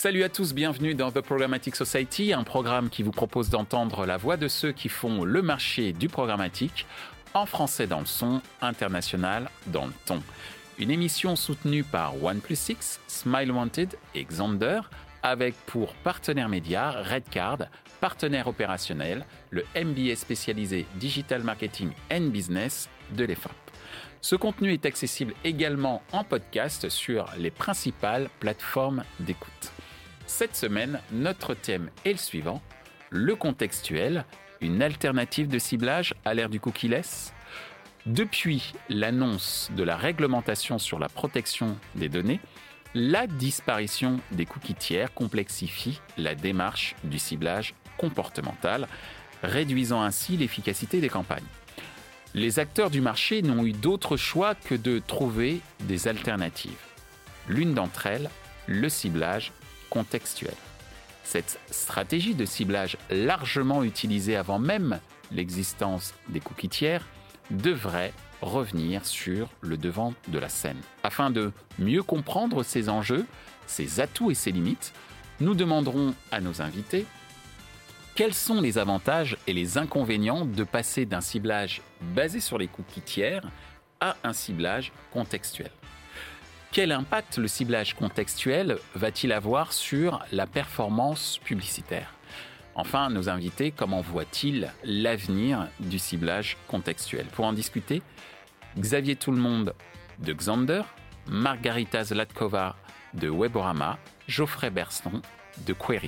Salut à tous, bienvenue dans The Programmatic Society, un programme qui vous propose d'entendre la voix de ceux qui font le marché du programmatique, en français dans le son, international dans le ton. Une émission soutenue par OnePlus6, Smile Wanted et Xander, avec pour partenaire média Redcard, partenaire opérationnel, le MBA spécialisé Digital Marketing and Business de l'EFAP. Ce contenu est accessible également en podcast sur les principales plateformes d'écoute. Cette semaine, notre thème est le suivant, le contextuel, une alternative de ciblage à l'ère du cookie-less. Depuis l'annonce de la réglementation sur la protection des données, la disparition des cookies tiers complexifie la démarche du ciblage comportemental, réduisant ainsi l'efficacité des campagnes. Les acteurs du marché n'ont eu d'autre choix que de trouver des alternatives. L'une d'entre elles, le ciblage contextuel. Cette stratégie de ciblage largement utilisée avant même l'existence des cookies tiers devrait revenir sur le devant de la scène. Afin de mieux comprendre ces enjeux, ses atouts et ses limites, nous demanderons à nos invités quels sont les avantages et les inconvénients de passer d'un ciblage basé sur les cookies tiers à un ciblage contextuel. Quel impact le ciblage contextuel va-t-il avoir sur la performance publicitaire ? Enfin, nos invités, comment voient-ils l'avenir du ciblage contextuel ? Pour en discuter, Xavier Tout-le-Monde de Xander, Margarita Zlatkova de Weborama, Geoffrey Berston de Query.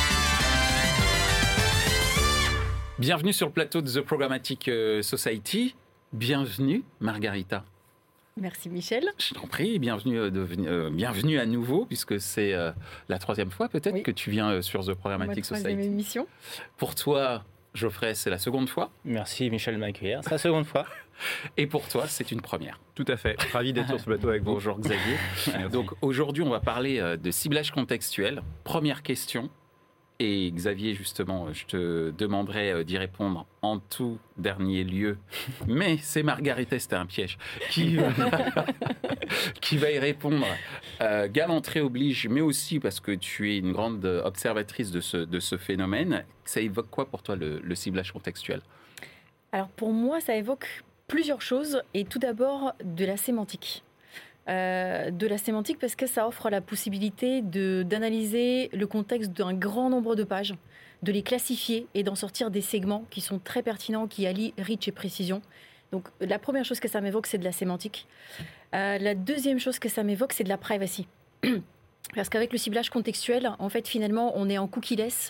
Bienvenue sur le plateau de The Programmatic Society. Bienvenue, Margarita. Merci Michel. Je t'en prie, bienvenue à nouveau, puisque c'est la troisième fois peut-être que tu viens sur The Programmatic Society. Troisième émission. Pour toi, Geoffrey, c'est la seconde fois. Merci Michel de m'accueillir, c'est la seconde fois. Et pour toi, c'est une première. Tout à fait, ravi d'être sur ce plateau avec vous. Bonjour Xavier. Donc aujourd'hui, on va parler de ciblage contextuel. Première question. Et Xavier, justement, je te demanderai d'y répondre en tout dernier lieu. Mais c'est Margarita, c'était un piège, qui va y répondre. Galanterie oblige, mais aussi parce que tu es une grande observatrice de ce phénomène. Ça évoque quoi pour toi, le ciblage contextuel ? Alors pour moi, ça évoque plusieurs choses. Et tout d'abord, de la sémantique. Parce que ça offre la possibilité d'analyser le contexte d'un grand nombre de pages, de les classifier et d'en sortir des segments qui sont très pertinents, qui allient reach et précision. Donc la première chose que ça m'évoque, c'est de la sémantique. La deuxième chose que ça m'évoque, c'est de la privacy. Parce qu'avec le ciblage contextuel, en fait, finalement, on est en cookie-less.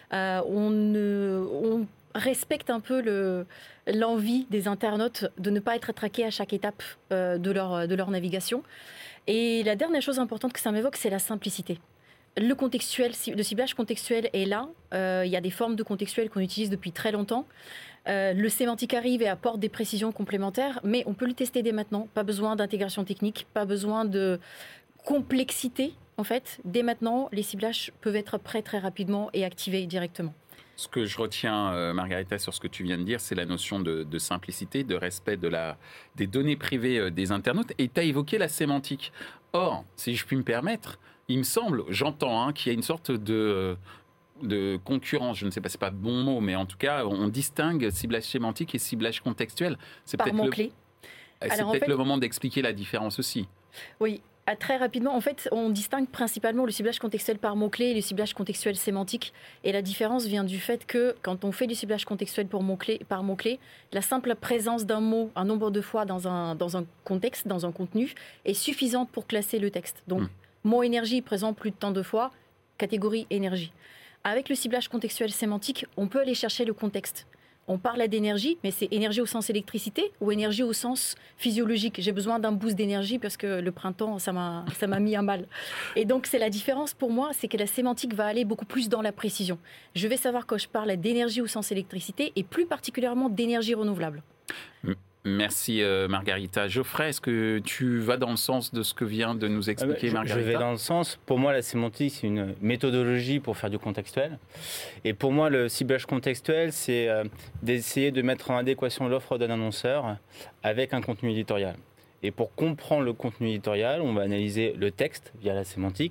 On respecte un peu l'envie des internautes de ne pas être traqués à chaque étape de leur navigation. Et la dernière chose importante que ça m'évoque, c'est la simplicité. Le ciblage contextuel est là. Il y a des formes de contextuel qu'on utilise depuis très longtemps. Le sémantique arrive et apporte des précisions complémentaires, mais on peut le tester dès maintenant. Pas besoin d'intégration technique, pas besoin de complexité. En fait, dès maintenant, les ciblages peuvent être prêts très rapidement et activés directement. Ce que je retiens, Margarita, sur ce que tu viens de dire, c'est la notion de simplicité, de respect des données privées des internautes. Et tu as évoqué la sémantique. Or, si je puis me permettre, il me semble, j'entends qu'il y a une sorte de concurrence. Je ne sais pas, c'est pas le bon mot, mais en tout cas, on distingue ciblage sémantique et ciblage contextuel. C'est par mots-clés. C'est peut-être le moment d'expliquer la différence aussi. Oui. Très rapidement, en fait, on distingue principalement le ciblage contextuel par mots-clés et le ciblage contextuel sémantique. Et la différence vient du fait que quand on fait du ciblage contextuel par mots-clés, la simple présence d'un mot un nombre de fois dans un contexte, dans un contenu, est suffisante pour classer le texte. Donc, mot énergie présent plus de tant de fois, catégorie énergie. Avec le ciblage contextuel sémantique, on peut aller chercher le contexte. On parle d'énergie, mais c'est énergie au sens électricité ou énergie au sens physiologique. J'ai besoin d'un boost d'énergie parce que le printemps, ça m'a mis à mal. Et donc, c'est la différence pour moi, c'est que la sémantique va aller beaucoup plus dans la précision. Je vais savoir quand je parle d'énergie au sens électricité et plus particulièrement d'énergie renouvelable. Merci Margarita. Geoffrey, est-ce que tu vas dans le sens de ce que vient de nous expliquer Margarita ? Je vais dans le sens. Pour moi, la sémantique, c'est une méthodologie pour faire du contextuel. Et pour moi, le ciblage contextuel, c'est d'essayer de mettre en adéquation l'offre d'un annonceur avec un contenu éditorial. Et pour comprendre le contenu éditorial, on va analyser le texte via la sémantique.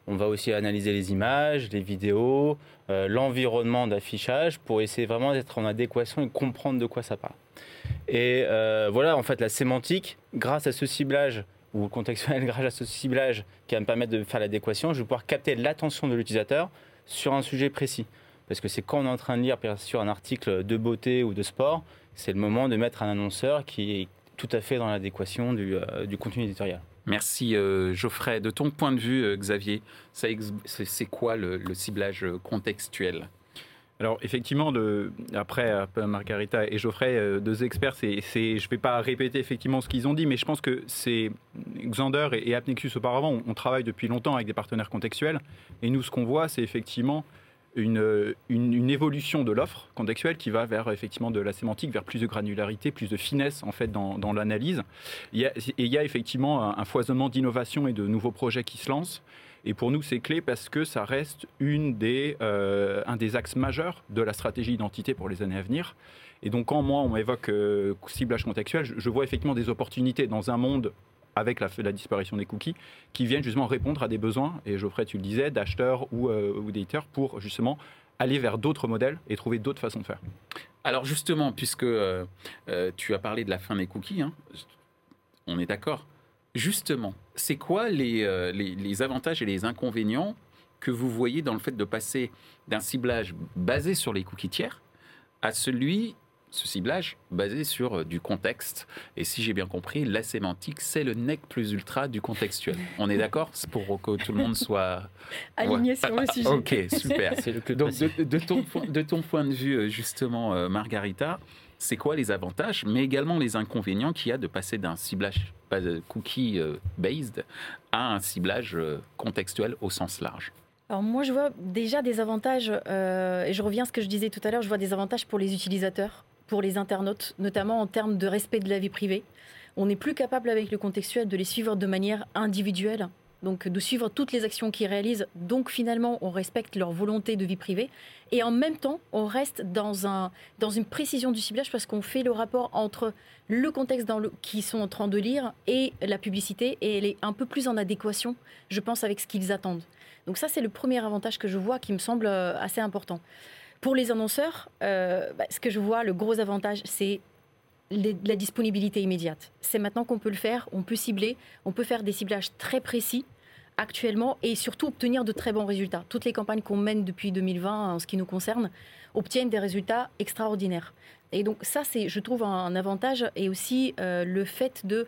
On va aussi analyser les images, les vidéos, l'environnement d'affichage pour essayer vraiment d'être en adéquation et comprendre de quoi ça parle. Et voilà, en fait, la sémantique, grâce à ce ciblage, ou contextuel, grâce à ce ciblage qui va me permettre de faire l'adéquation, je vais pouvoir capter l'attention de l'utilisateur sur un sujet précis. Parce que c'est quand on est en train de lire sur un article de beauté ou de sport, c'est le moment de mettre un annonceur qui est tout à fait dans l'adéquation du contenu éditorial. Merci Geoffrey. De ton point de vue, Xavier, c'est quoi le ciblage contextuel ? Alors effectivement, après Margarita et Geoffrey, deux experts, je ne vais pas répéter effectivement ce qu'ils ont dit, mais je pense que c'est Xandr et AppNexus auparavant, on travaille depuis longtemps avec des partenaires contextuels, et nous ce qu'on voit, c'est effectivement une évolution de l'offre contextuelle qui va vers effectivement de la sémantique, vers plus de granularité, plus de finesse en fait dans l'analyse. Il y a effectivement un foisonnement d'innovation et de nouveaux projets qui se lancent. Et pour nous, c'est clé parce que ça reste un des axes majeurs de la stratégie identité pour les années à venir. Et donc, quand on évoque ciblage contextuel, je vois effectivement des opportunités dans un monde avec la disparition des cookies qui viennent justement répondre à des besoins, et Geoffrey, tu le disais, d'acheteurs ou d'éditeurs pour justement aller vers d'autres modèles et trouver d'autres façons de faire. Alors justement, puisque tu as parlé de la fin des cookies, on est d'accord. Justement, c'est quoi les avantages et les inconvénients que vous voyez dans le fait de passer d'un ciblage basé sur les cookies tiers à ce ciblage basé sur du contexte? Et si j'ai bien compris, la sémantique, c'est le nec plus ultra du contextuel. On est d'accord? C'est pour que tout le monde soit aligné sur le sujet. Ok, super. C'est le Donc, de ton point de vue, justement, Margarita, c'est quoi les avantages, mais également les inconvénients qu'il y a de passer d'un ciblage cookie-based à un ciblage contextuel au sens large? Alors moi, je vois déjà des avantages, et je reviens à ce que je disais tout à l'heure, je vois des avantages pour les utilisateurs, pour les internautes, notamment en termes de respect de la vie privée. On n'est plus capable avec le contextuel de les suivre de manière individuelle, donc de suivre toutes les actions qu'ils réalisent. Donc finalement, on respecte leur volonté de vie privée. Et en même temps, on reste dans une précision du ciblage parce qu'on fait le rapport entre le contexte qu'ils sont en train de lire et la publicité. Et elle est un peu plus en adéquation, je pense, avec ce qu'ils attendent. Donc ça, c'est le premier avantage que je vois qui me semble assez important. Pour les annonceurs, ce que je vois, le gros avantage, c'est la disponibilité immédiate. C'est maintenant qu'on peut le faire, on peut cibler, on peut faire des ciblages très précis actuellement et surtout obtenir de très bons résultats. Toutes les campagnes qu'on mène depuis 2020 en ce qui nous concerne obtiennent des résultats extraordinaires. Et donc ça, c'est, je trouve, un avantage et aussi le fait de...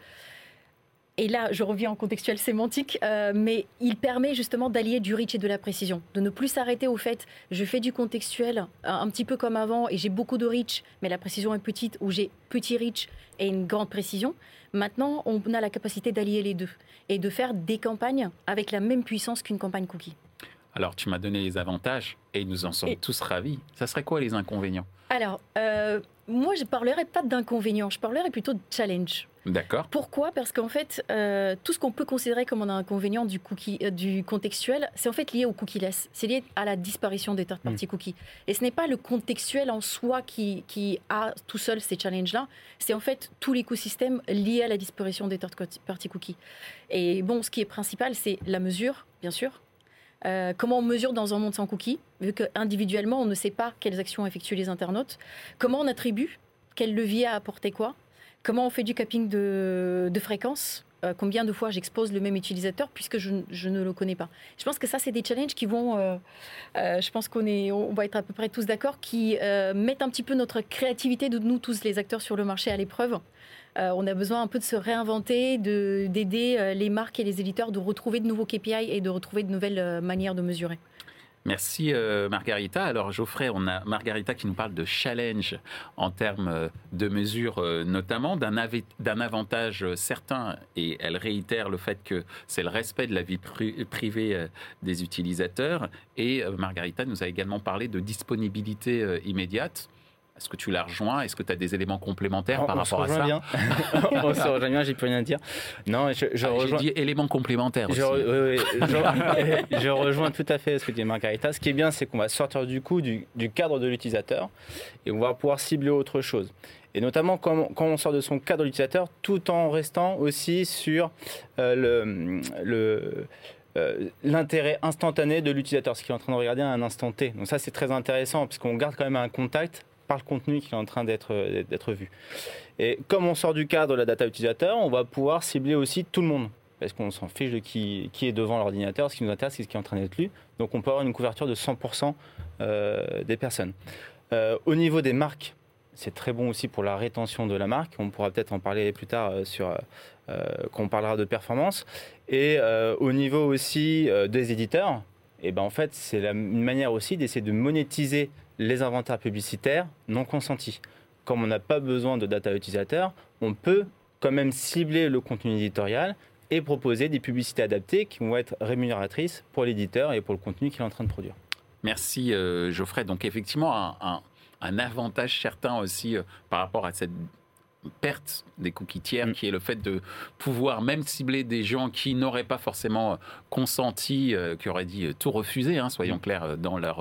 Et là, je reviens en contextuel sémantique, mais il permet justement d'allier du reach et de la précision, de ne plus s'arrêter au fait, je fais du contextuel un petit peu comme avant et j'ai beaucoup de reach, mais la précision est petite, ou j'ai petit reach et une grande précision. Maintenant, on a la capacité d'allier les deux et de faire des campagnes avec la même puissance qu'une campagne cookie. Alors, tu m'as donné les avantages et nous en sommes tous ravis. Ça serait quoi les inconvénients? Alors, moi, je ne parlerais pas d'inconvénients, je parlerais plutôt de challenge. D'accord. Pourquoi? Parce qu'en fait, tout ce qu'on peut considérer comme un inconvénient du contextuel, c'est en fait lié au cookie-less. C'est lié à la disparition des third-party cookies. Et ce n'est pas le contextuel en soi qui a tout seul ces challenges-là. C'est en fait tout l'écosystème lié à la disparition des third-party cookies. Et bon, ce qui est principal, c'est la mesure, bien sûr. Comment on mesure dans un monde sans cookies, vu qu'individuellement, on ne sait pas quelles actions effectuent les internautes. Comment on attribue, quel levier a apporté quoi. Comment on fait du capping de fréquence? Combien de fois j'expose le même utilisateur puisque je ne le connais pas? Je pense que ça, c'est des challenges qui vont... je pense on va être à peu près tous d'accord, qui mettent un petit peu notre créativité de nous tous les acteurs sur le marché à l'épreuve. On a besoin un peu de se réinventer, d'aider les marques et les éditeurs de retrouver de nouveaux KPI et de retrouver de nouvelles manières de mesurer. Merci Margarita. Alors Geoffrey, on a Margarita qui nous parle de challenge en termes de mesures notamment, d'un avantage certain, et elle réitère le fait que c'est le respect de la vie privée des utilisateurs. Et Margarita nous a également parlé de disponibilité immédiate. Est-ce que tu la rejoins? Est-ce que tu as des éléments complémentaires par rapport à ça? Bien. On se rejoint bien, j'ai plus rien à dire. Non, j'ai dit éléments complémentaires aussi. Je rejoins tout à fait ce que dit Margarita. Ce qui est bien, c'est qu'on va sortir du coup du cadre de l'utilisateur et on va pouvoir cibler autre chose. Et notamment quand on sort de son cadre d'utilisateur, tout en restant aussi sur l'intérêt instantané de l'utilisateur, ce qu'il est en train de regarder à un instant T. Donc ça, c'est très intéressant, parce qu'on garde quand même un contact par le contenu qui est en train d'être vu. Et comme on sort du cadre de la data utilisateur, on va pouvoir cibler aussi tout le monde, parce qu'on s'en fiche de qui est devant l'ordinateur. Ce qui nous intéresse, c'est ce qui est en train d'être lu. Donc on peut avoir une couverture de 100% des personnes. Au niveau des marques, c'est très bon aussi pour la rétention de la marque. On pourra peut-être en parler plus tard quand on parlera de performance. Et au niveau aussi des éditeurs, et ben en fait, c'est une manière aussi d'essayer de monétiser les inventaires publicitaires non consentis. Comme on n'a pas besoin de data utilisateur, on peut quand même cibler le contenu éditorial et proposer des publicités adaptées qui vont être rémunératrices pour l'éditeur et pour le contenu qu'il est en train de produire. Merci Geoffrey. Donc effectivement, un avantage certain aussi par rapport à cette perte des cookies tiers, qui est le fait de pouvoir même cibler des gens qui n'auraient pas forcément consenti, qui auraient dit tout refuser, soyons clairs, dans leur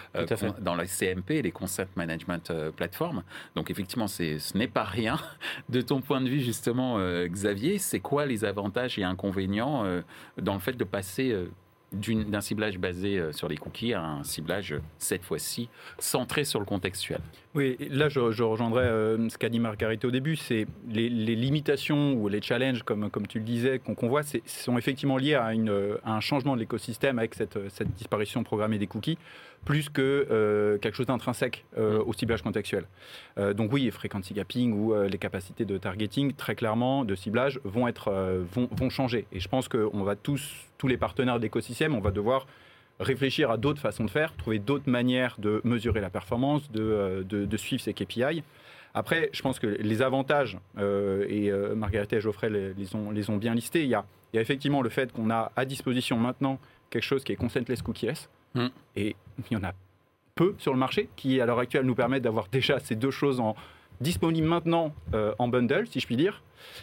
CMP, les Consent Management Platform. Donc effectivement, ce n'est pas rien. De ton point de vue, justement, Xavier, c'est quoi les avantages et inconvénients dans le fait de passer d'un ciblage basé sur les cookies à un ciblage, cette fois-ci, centré sur le contextuel? Oui, là je rejoindrais ce qu'a dit Margarita au début, c'est les limitations ou les challenges, comme tu le disais, qu'on voit, sont effectivement liés à un changement de l'écosystème avec cette disparition programmée des cookies, plus que quelque chose d'intrinsèque au ciblage contextuel. Donc oui, frequency gapping ou les capacités de targeting, très clairement, de ciblage, vont changer. Et je pense qu'on va tous les partenaires d'écosystème, on va devoir réfléchir à d'autres façons de faire, trouver d'autres manières de mesurer la performance, de suivre ces KPI. Après, je pense que les avantages, et Margarita et Geoffrey les ont bien listés, il y a effectivement le fait qu'on a à disposition maintenant quelque chose qui est consentless cookieless, et il y en a peu sur le marché qui, à l'heure actuelle, nous permettent d'avoir déjà ces deux choses disponibles maintenant en bundle, si je puis dire.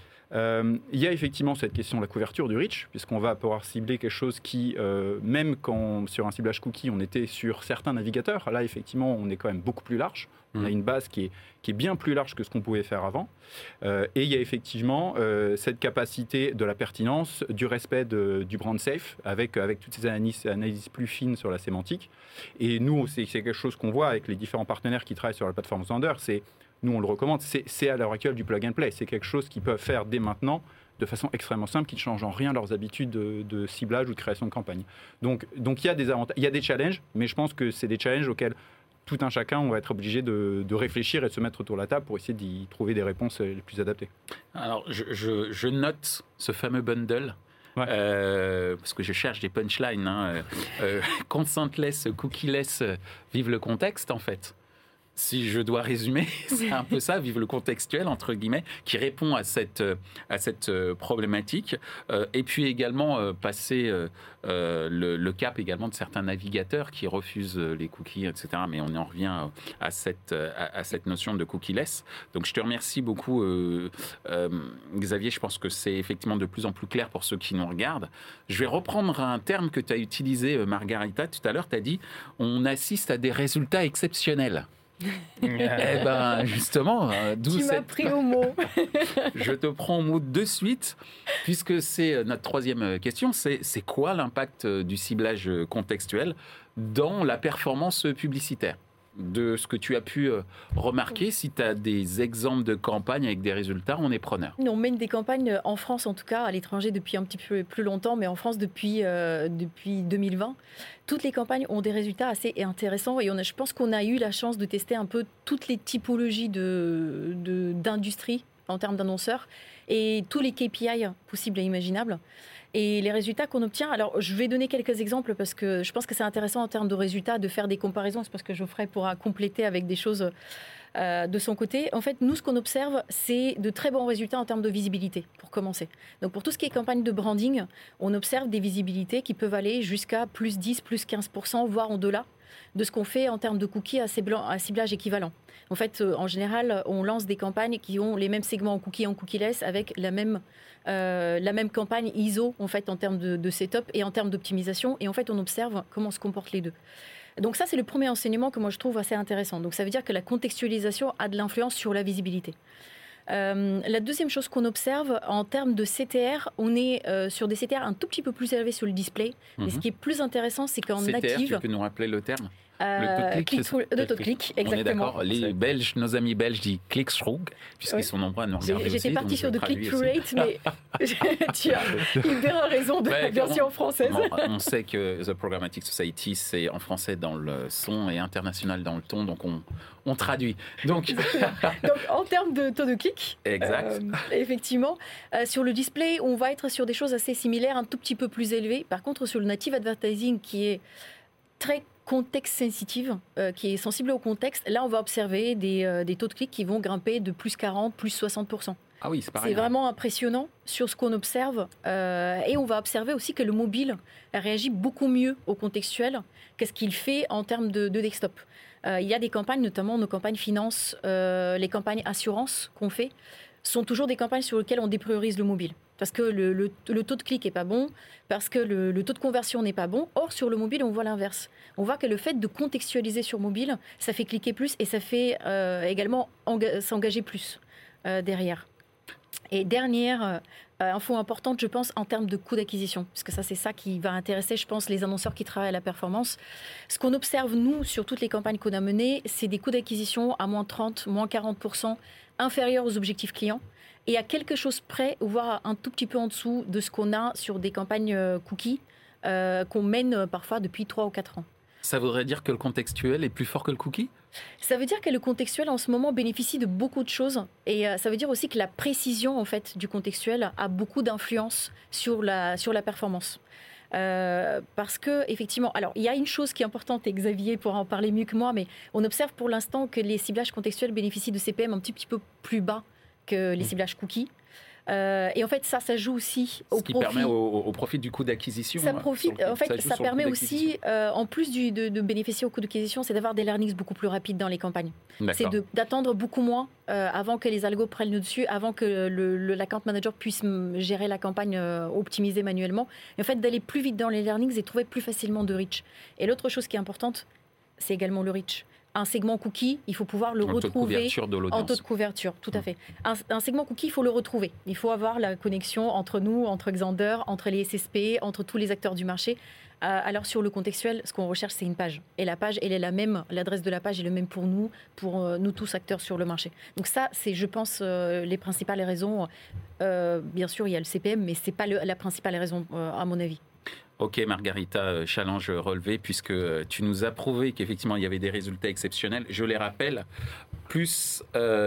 Il y a effectivement cette question de la couverture du reach, puisqu'on va pouvoir cibler quelque chose qui, même quand sur un ciblage cookie, on était sur certains navigateurs, là effectivement on est quand même beaucoup plus large. On a une base qui est bien plus large que ce qu'on pouvait faire avant. Et il y a effectivement cette capacité de la pertinence, du respect du brand safe, avec toutes ces analyses plus fines sur la sémantique. Et nous, c'est quelque chose qu'on voit avec les différents partenaires qui travaillent sur la plateforme Xandr, nous, on le recommande, c'est à l'heure actuelle du plug and play. C'est quelque chose qu'ils peuvent faire dès maintenant de façon extrêmement simple, qui ne change en rien leurs habitudes de ciblage ou de création de campagne. Donc il y a des avantages, il y a des challenges, mais je pense que c'est des challenges auxquels tout un chacun, on va être obligé de réfléchir et de se mettre autour de la table pour essayer d'y trouver des réponses les plus adaptées. Alors, je note ce fameux bundle. Ouais. Parce que je cherche des punchlines. Consentless, cookieless, vive le contexte, en fait. Si je dois résumer, c'est un peu ça, vive le contextuel, entre guillemets, qui répond à cette problématique. Et puis également passer le cap également de certains navigateurs qui refusent les cookies, etc. Mais on en revient à cette notion de cookieless. Donc je te remercie beaucoup, Xavier. Je pense que c'est effectivement de plus en plus clair pour ceux qui nous regardent. Je vais reprendre un terme que tu as utilisé, Margarita, tout à l'heure. Tu as dit « on assiste à des résultats exceptionnels ». Eh ben justement, tu m'as pris au mot. Je te prends au mot de suite, puisque c'est notre troisième question. C'est quoi l'impact du ciblage contextuel dans la performance publicitaire? De ce que tu as pu remarquer, si tu as des exemples de campagnes avec des résultats, on est preneur. On mène des campagnes en France, en tout cas, à l'étranger depuis un petit peu plus longtemps, mais en France depuis 2020. Toutes les campagnes ont des résultats assez intéressants et je pense qu'on a eu la chance de tester un peu toutes les typologies d'industrie en termes d'annonceurs et tous les KPI possibles et imaginables. Et les résultats qu'on obtient, alors je vais donner quelques exemples parce que je pense que c'est intéressant en termes de résultats de faire des comparaisons. C'est parce que Geoffrey pourra compléter avec des choses de son côté. En fait, nous, ce qu'on observe, c'est de très bons résultats en termes de visibilité, pour commencer. Donc pour tout ce qui est campagne de branding, on observe des visibilités qui peuvent aller jusqu'à plus 10, plus 15%, voire au-delà de ce qu'on fait en termes de cookies à ciblage équivalent. En fait, en général, on lance des campagnes qui ont les mêmes segments en cookies et en cookieless avec la même campagne ISO en fait, en termes de setup et en termes d'optimisation. Et en fait, on observe comment se comportent les deux. Donc ça, c'est le premier enseignement que moi, je trouve assez intéressant. Donc ça veut dire que la contextualisation a de l'influence sur la visibilité. La deuxième chose qu'on observe en termes de CTR, on est sur des CTR un tout petit peu plus élevés sur le display. Mais ce qui est plus intéressant, c'est qu'en CTR, native... tu peux nous rappeler le terme? Le taux-de-clic, On est exactement. d'accord, les Belges, nos amis belges disent click-through, puisqu'ils sont nombreux à nous regarder aussi. J'étais partie sur de click-through aussi. rate, mais tu as une bien raison de la version française. On sait que The Programmatic Society, c'est en français dans le son et international dans le ton, donc on traduit. Donc en termes de taux de clic, exact. Effectivement, sur le display, on va être sur des choses assez similaires, un tout petit peu plus élevées. Par contre, sur le native advertising, qui est très contexte sensitive, qui est sensible au contexte, là on va observer des taux de clic qui vont grimper de plus 40, plus 60%. Ah oui, c'est pareil. C'est vraiment impressionnant sur ce qu'on observe. Et on va observer aussi que le mobile réagit beaucoup mieux au contextuel qu'est-ce qu'il fait en termes de desktop. Il y a des campagnes, notamment nos campagnes finance, les campagnes assurance qu'on fait, sont toujours des campagnes sur lesquelles on dépriorise le mobile. Parce que le taux de clic n'est pas bon, parce que le taux de conversion n'est pas bon. Or, sur le mobile, on voit l'inverse. On voit que le fait de contextualiser sur mobile, ça fait cliquer plus et ça fait également s'engager plus derrière. Et dernière info importante, je pense, en termes de coût d'acquisition, parce que ça, c'est ça qui va intéresser, je pense, les annonceurs qui travaillent à la performance. Ce qu'on observe, nous, sur toutes les campagnes qu'on a menées, c'est des coûts d'acquisition à moins 30, moins 40%, inférieurs aux objectifs clients, et à quelque chose près, voire un tout petit peu en dessous de ce qu'on a sur des campagnes cookies qu'on mène parfois depuis 3 ou 4 ans. Ça voudrait dire que le contextuel est plus fort que le cookie ? Ça veut dire que le contextuel, en ce moment, bénéficie de beaucoup de choses. Et ça veut dire aussi que la précision, en fait, du contextuel a beaucoup d'influence sur la performance. Parce que, effectivement, alors, il y a une chose qui est importante, et Xavier pourra en parler mieux que moi, mais on observe pour l'instant que les ciblages contextuels bénéficient de CPM un petit peu plus bas que les ciblages cookies. Et en fait, ça joue aussi au profit. Ce qui permet au profit du coût d'acquisition. Ça permet aussi, en plus de bénéficier au coût d'acquisition, c'est d'avoir des learnings beaucoup plus rapides dans les campagnes. C'est d'attendre beaucoup moins avant que les algos prennent le dessus, avant que l'account manager puisse gérer la campagne optimisée manuellement. Et en fait, d'aller plus vite dans les learnings et trouver plus facilement de reach. Et l'autre chose qui est importante, c'est également le reach. Un segment cookie, il faut pouvoir le retrouver en taux de couverture, tout à fait. Un segment cookie, il faut le retrouver. Il faut avoir la connexion entre nous, entre Xandr, entre les SSP, entre tous les acteurs du marché. Alors sur le contextuel, ce qu'on recherche, c'est une page. Et la page, elle est la même, l'adresse de la page est le même pour nous tous acteurs sur le marché. Donc ça, c'est, je pense, les principales raisons. Bien sûr, il y a le CPM, mais ce n'est pas la principale raison, à mon avis. Ok Margarita, challenge relevé, puisque tu nous as prouvé qu'effectivement il y avait des résultats exceptionnels. Je les rappelle, plus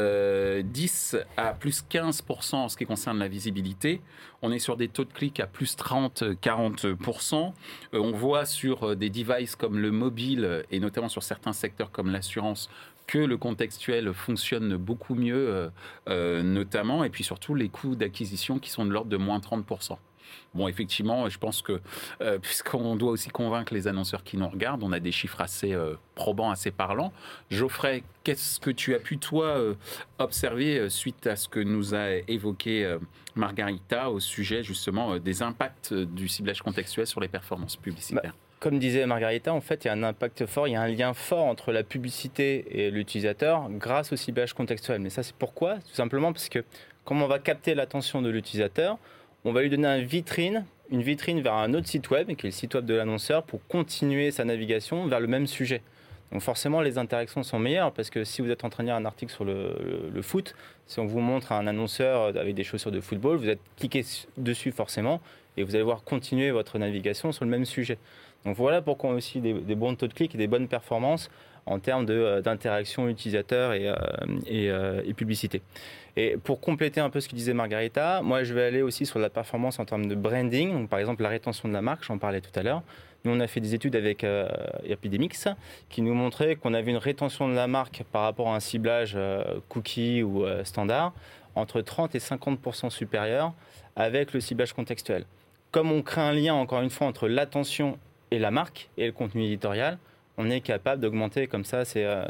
10 à plus 15% en ce qui concerne la visibilité. On est sur des taux de clic à plus 30-40%. On voit sur des devices comme le mobile et notamment sur certains secteurs comme l'assurance que le contextuel fonctionne beaucoup mieux, notamment, et puis surtout les coûts d'acquisition qui sont de l'ordre de moins 30%. Bon, effectivement, je pense que, puisqu'on doit aussi convaincre les annonceurs qui nous regardent, on a des chiffres assez probants, assez parlants. Geoffrey, qu'est-ce que tu as pu, toi, observer suite à ce que nous a évoqué Margarita au sujet, justement, des impacts du ciblage contextuel sur les performances publicitaires ? Comme disait Margarita, en fait, il y a un impact fort, il y a un lien fort entre la publicité et l'utilisateur grâce au ciblage contextuel. Mais ça, c'est pourquoi ? Tout simplement parce que, comme on va capter l'attention de l'utilisateur, on va lui donner une vitrine vers un autre site web, qui est le site web de l'annonceur, pour continuer sa navigation vers le même sujet. Donc forcément, les interactions sont meilleures, parce que si vous êtes en train de lire un article sur le foot, si on vous montre un annonceur avec des chaussures de football, vous êtes cliqué dessus forcément, et vous allez voir continuer votre navigation sur le même sujet. Donc voilà pourquoi on a aussi des bons taux de clic et des bonnes performances en termes d'interaction utilisateur et publicité. Et pour compléter un peu ce que disait Margarita, moi je vais aller aussi sur la performance en termes de branding, donc par exemple la rétention de la marque, j'en parlais tout à l'heure. Nous on a fait des études avec Epidemics qui nous montraient qu'on avait une rétention de la marque par rapport à un ciblage cookie ou standard entre 30 et 50% supérieur avec le ciblage contextuel. Comme on crée un lien encore une fois entre l'attention et la marque et le contenu éditorial, on est capable d'augmenter comme ça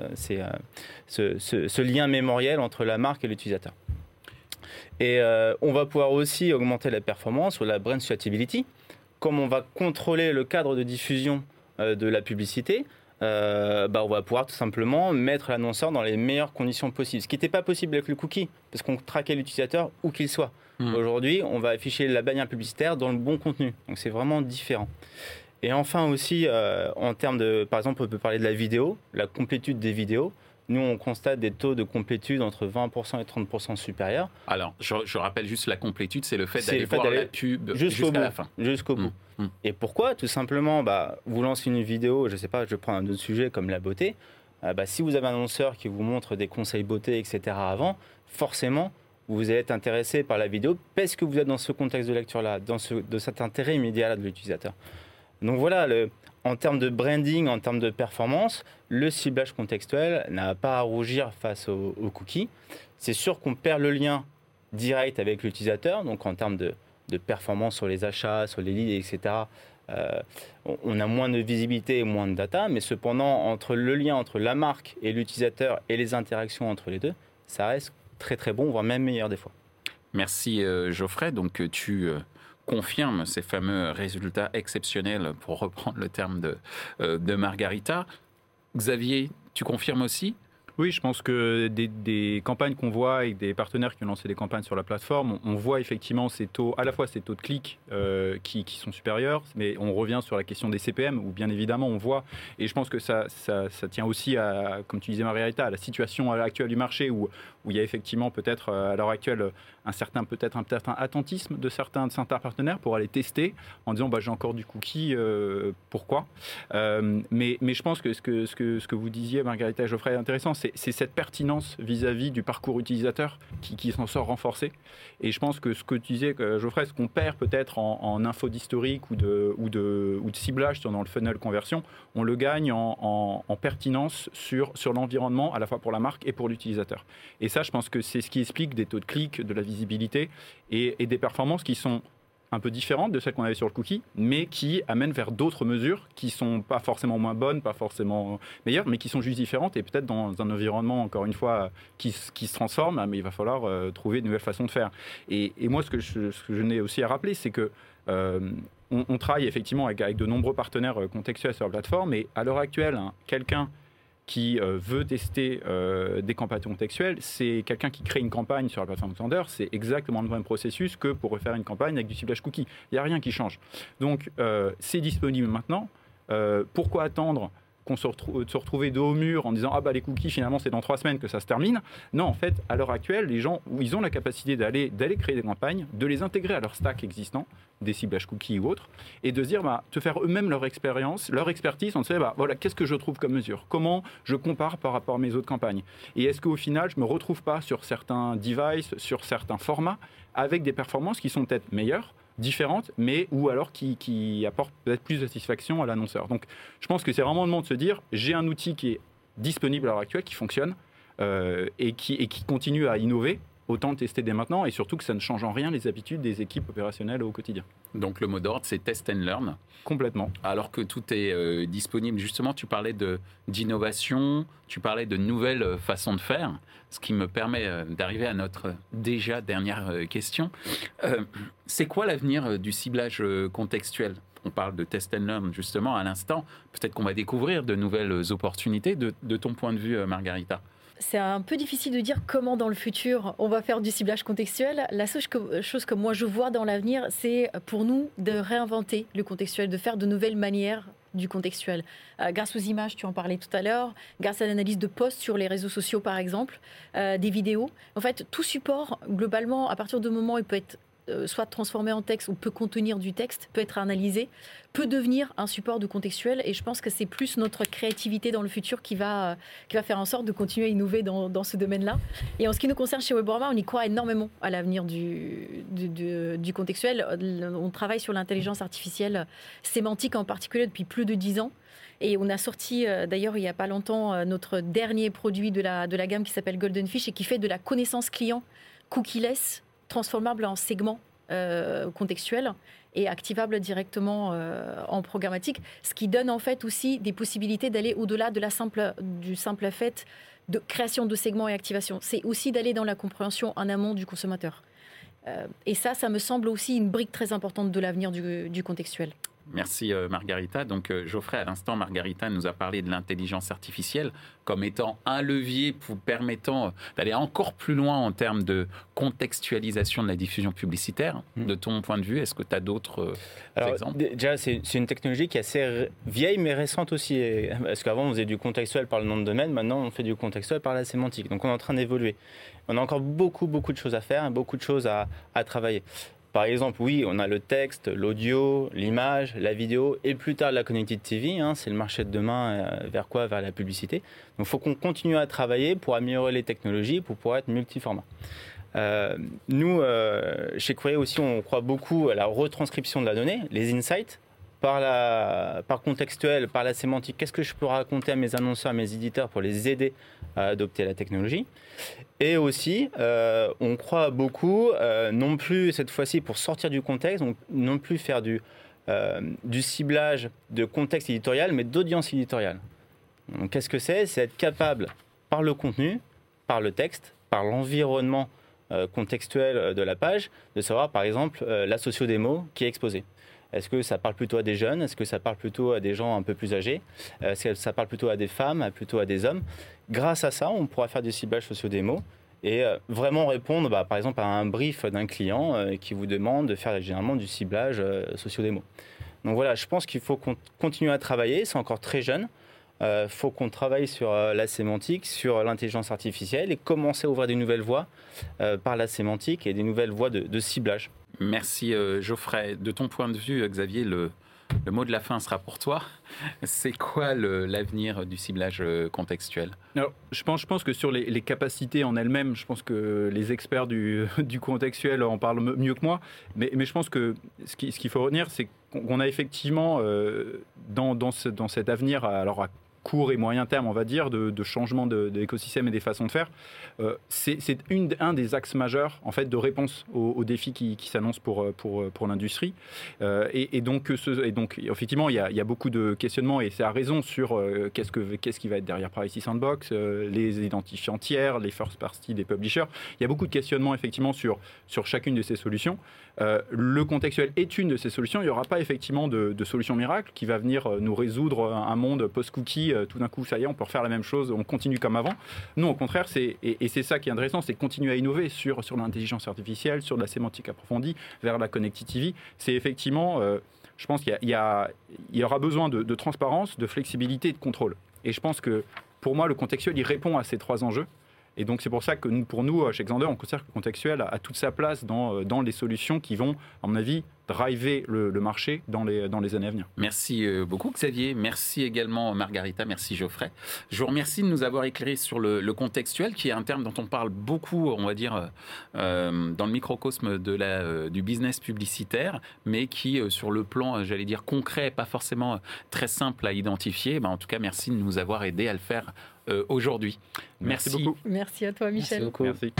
ce lien mémoriel entre la marque et l'utilisateur. Et on va pouvoir aussi augmenter la performance ou la brand suitability, comme on va contrôler le cadre de diffusion de la publicité on va pouvoir tout simplement mettre l'annonceur dans les meilleures conditions possibles. Ce qui n'était pas possible avec le cookie, parce qu'on traquait l'utilisateur où qu'il soit. Aujourd'hui, on va afficher la bannière publicitaire dans le bon contenu. Donc c'est vraiment différent. Et enfin aussi, en termes de, par exemple, on peut parler de la vidéo, la complétude des vidéos. Nous, on constate des taux de complétude entre 20% et 30% supérieurs. Alors, je rappelle juste la complétude, c'est le fait d'aller voir la pub jusqu'à la fin. Jusqu'au bout. Et pourquoi ? Tout simplement, vous lancez une vidéo, je ne sais pas, je prends un autre sujet comme la beauté. Si vous avez un annonceur qui vous montre des conseils beauté, etc. avant, forcément, vous allez être intéressé par la vidéo parce que vous êtes dans ce contexte de lecture-là, de cet intérêt immédiat de l'utilisateur. Donc voilà, en termes de branding, en termes de performance, le ciblage contextuel n'a pas à rougir face aux cookies. C'est sûr qu'on perd le lien direct avec l'utilisateur, donc en termes de performance sur les achats, sur les leads, etc. On a moins de visibilité et moins de data, mais cependant, le lien entre la marque et l'utilisateur et les interactions entre les deux, ça reste très très bon, voire même meilleur des fois. Merci Geoffrey. Donc tu confirmes ces fameux résultats exceptionnels, pour reprendre le terme de Margarita. Xavier, tu confirmes aussi ? Oui, je pense que des campagnes qu'on voit avec des partenaires qui ont lancé des campagnes sur la plateforme, on voit effectivement ces taux, à la fois ces taux de clics qui sont supérieurs, mais on revient sur la question des CPM, où bien évidemment on voit, et je pense que ça tient aussi à, comme tu disais Margarita, à la situation actuelle du marché, où il y a effectivement peut-être à l'heure actuelle un certain attentisme de certains partenaires pour aller tester en disant j'ai encore du cookie, pourquoi mais je pense que ce que vous disiez Margarita et Geoffrey est intéressant, c'est cette pertinence vis-à-vis du parcours utilisateur qui s'en sort renforcé. Et je pense que ce que tu disais, Geoffrey, ce qu'on perd peut-être en info d'historique ou de ciblage dans le funnel conversion, on le gagne en pertinence sur l'environnement, à la fois pour la marque et pour l'utilisateur. Et ça, je pense que c'est ce qui explique des taux de clic, de la visibilité et des performances qui sont un peu différentes de celles qu'on avait sur le cookie, mais qui amènent vers d'autres mesures qui ne sont pas forcément moins bonnes, pas forcément meilleures, mais qui sont juste différentes et peut-être dans un environnement, encore une fois, qui se transforme, mais il va falloir trouver de nouvelles façons de faire. Et moi, ce que je n'ai aussi à rappeler, c'est que on travaille effectivement avec de nombreux partenaires contextuels sur la plateforme, et à l'heure actuelle, quelqu'un qui veut tester des campagnes contextuelles, c'est quelqu'un qui crée une campagne sur la plateforme Xandr, c'est exactement le même processus que pour refaire une campagne avec du ciblage cookie. Il n'y a rien qui change. Donc, c'est disponible maintenant. Pourquoi attendre qu'on se retrouver dos au mur en disant les cookies finalement c'est dans 3 semaines que ça se termine? Non, en fait, à l'heure actuelle, les gens, ils ont la capacité d'aller créer des campagnes, de les intégrer à leur stack existant, des ciblages cookies ou autres, et de se dire, de faire eux-mêmes leur expérience, leur expertise, on se fait, voilà, qu'est-ce que je trouve comme mesure? Comment je compare par rapport à mes autres campagnes? Et est-ce qu'au final, je me retrouve pas sur certains devices, sur certains formats, avec des performances qui sont peut-être meilleures, différentes, mais ou alors qui apportent peut-être plus de satisfaction à l'annonceur. Donc, je pense que c'est vraiment le moment de se dire, j'ai un outil qui est disponible à l'heure actuelle, qui fonctionne, et qui continue à innover. Autant le tester dès maintenant, et surtout que ça ne change en rien les habitudes des équipes opérationnelles au quotidien. Donc le mot d'ordre, c'est test and learn. Complètement. Alors que tout est disponible. Justement, tu parlais d'innovation, tu parlais de nouvelles façons de faire, ce qui me permet d'arriver à notre déjà dernière question. C'est quoi l'avenir du ciblage contextuel ? On parle de test and learn justement à l'instant. Peut-être qu'on va découvrir de nouvelles opportunités. De ton point de vue, Margarita ? C'est un peu difficile de dire comment dans le futur on va faire du ciblage contextuel. La seule chose que moi je vois dans l'avenir, c'est pour nous de réinventer le contextuel, de faire de nouvelles manières du contextuel. Grâce aux images, tu en parlais tout à l'heure, grâce à l'analyse de posts sur les réseaux sociaux par exemple, des vidéos. En fait, tout support, globalement, à partir du moment où il peut être soit transformé en texte ou peut contenir du texte, peut être analysé, peut devenir un support de contextuel. Et je pense que c'est plus notre créativité dans le futur qui va faire en sorte de continuer à innover dans ce domaine-là. Et en ce qui nous concerne chez Weborama, on y croit énormément à l'avenir du contextuel. On travaille sur l'intelligence artificielle sémantique en particulier depuis plus de 10 ans. Et on a sorti, d'ailleurs, il n'y a pas longtemps, notre dernier produit de la gamme qui s'appelle Golden Fish et qui fait de la connaissance client cookie-less, transformable en segments contextuels et activable directement en programmatique, ce qui donne en fait aussi des possibilités d'aller au-delà du simple fait de création de segments et activation. C'est aussi d'aller dans la compréhension en amont du consommateur. Et ça me semble aussi une brique très importante de l'avenir du contextuel. Merci Margarita. Donc Geoffrey, à l'instant, Margarita nous a parlé de l'intelligence artificielle comme étant un levier permettant d'aller encore plus loin en termes de contextualisation de la diffusion publicitaire. De ton point de vue, est-ce que tu as d'autres exemples ? Déjà, c'est une technologie qui est assez vieille mais récente aussi. Parce qu'avant, on faisait du contextuel par le nom de domaine. Maintenant, on fait du contextuel par la sémantique. Donc, on est en train d'évoluer. On a encore beaucoup de choses à faire et beaucoup de choses à travailler. Par exemple, oui, on a le texte, l'audio, l'image, la vidéo et plus tard la Connected TV. C'est le marché de demain. Vers quoi ? Vers la publicité. Donc, il faut qu'on continue à travailler pour améliorer les technologies, pour pouvoir être multiformat. Nous, chez Query aussi, on croit beaucoup à la retranscription de la donnée, les insights, par contextuel, par la sémantique. Qu'est-ce que je peux raconter à mes annonceurs, à mes éditeurs pour les aider à adopter la technologie ? Et aussi, on croit beaucoup, non plus cette fois-ci pour sortir du contexte, donc non plus faire du ciblage de contexte éditorial, mais d'audience éditoriale. Donc, qu'est-ce que c'est ? C'est être capable, par le contenu, par le texte, par l'environnement contextuel de la page, de savoir, par exemple, la socio-démo qui est exposée. Est-ce que ça parle plutôt à des jeunes ? Est-ce que ça parle plutôt à des gens un peu plus âgés ? Est-ce que ça parle plutôt à des femmes, plutôt à des hommes ? Grâce à ça, on pourra faire du ciblage socio-démo et vraiment répondre, par exemple, à un brief d'un client qui vous demande de faire généralement du ciblage socio-démo. Donc voilà, je pense qu'il faut continuer à travailler. C'est encore très jeune. Il faut qu'on travaille sur la sémantique, sur l'intelligence artificielle et commencer à ouvrir des nouvelles voies par la sémantique et des nouvelles voies de ciblage. Merci Geoffrey. De ton point de vue, Xavier, le mot de la fin sera pour toi. C'est quoi l'avenir du ciblage contextuel ? Alors, je pense que sur les capacités en elles-mêmes, je pense que les experts du contextuel en parlent mieux que moi. Mais je pense que ce qu'il faut retenir, c'est qu'on a effectivement dans cet avenir, alors à court et moyen terme, on va dire, de changement de l'écosystème et des façons de faire, c'est un des axes majeurs en fait de réponse aux défis qui s'annoncent pour l'industrie. Et donc effectivement, il y a beaucoup de questionnements et c'est à raison sur qu'est-ce qui va être derrière Privacy Sandbox, les identifiants tiers, les first party des publishers. Il y a beaucoup de questionnements effectivement sur chacune de ces solutions. Le contextuel est une de ces solutions. Il n'y aura pas effectivement de solution miracle qui va venir nous résoudre un monde post-cookie. Tout d'un coup, ça y est, on peut refaire la même chose, on continue comme avant. Non, au contraire, et c'est ça qui est intéressant, c'est continuer à innover sur l'intelligence artificielle, sur la sémantique approfondie, vers la Connected TV. C'est effectivement, je pense qu'il y aura besoin de transparence, de flexibilité et de contrôle. Et je pense que, pour moi, le contextuel, il répond à ces trois enjeux. Et donc, c'est pour ça que pour nous, chez Xandr, on considère que le contextuel a toute sa place dans les solutions qui vont, à mon avis, driver le marché dans les années à venir. Merci beaucoup Xavier, merci également Margarita, merci Geoffrey. Je vous remercie de nous avoir éclairé sur le contextuel, qui est un terme dont on parle beaucoup, on va dire, dans le microcosme du business publicitaire, mais qui, sur le plan, j'allais dire, concret, pas forcément très simple à identifier. En tout cas, merci de nous avoir aidé à le faire aujourd'hui. Merci beaucoup. Merci à toi Michel. Merci beaucoup. Merci.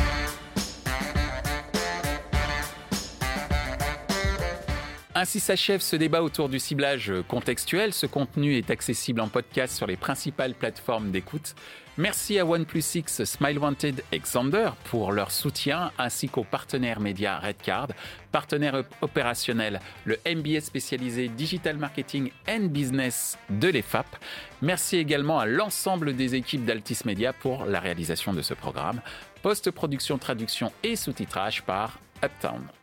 Ainsi s'achève ce débat autour du ciblage contextuel. Ce contenu est accessible en podcast sur les principales plateformes d'écoute. Merci à OnePlus X, Smile Wanted et Xandr pour leur soutien, ainsi qu'aux partenaires médias Redcard, partenaire opérationnel, le MBA spécialisé Digital Marketing and Business de l'EFAP. Merci également à l'ensemble des équipes d'Altis Media pour la réalisation de ce programme. Post-production, traduction et sous-titrage par Uptown.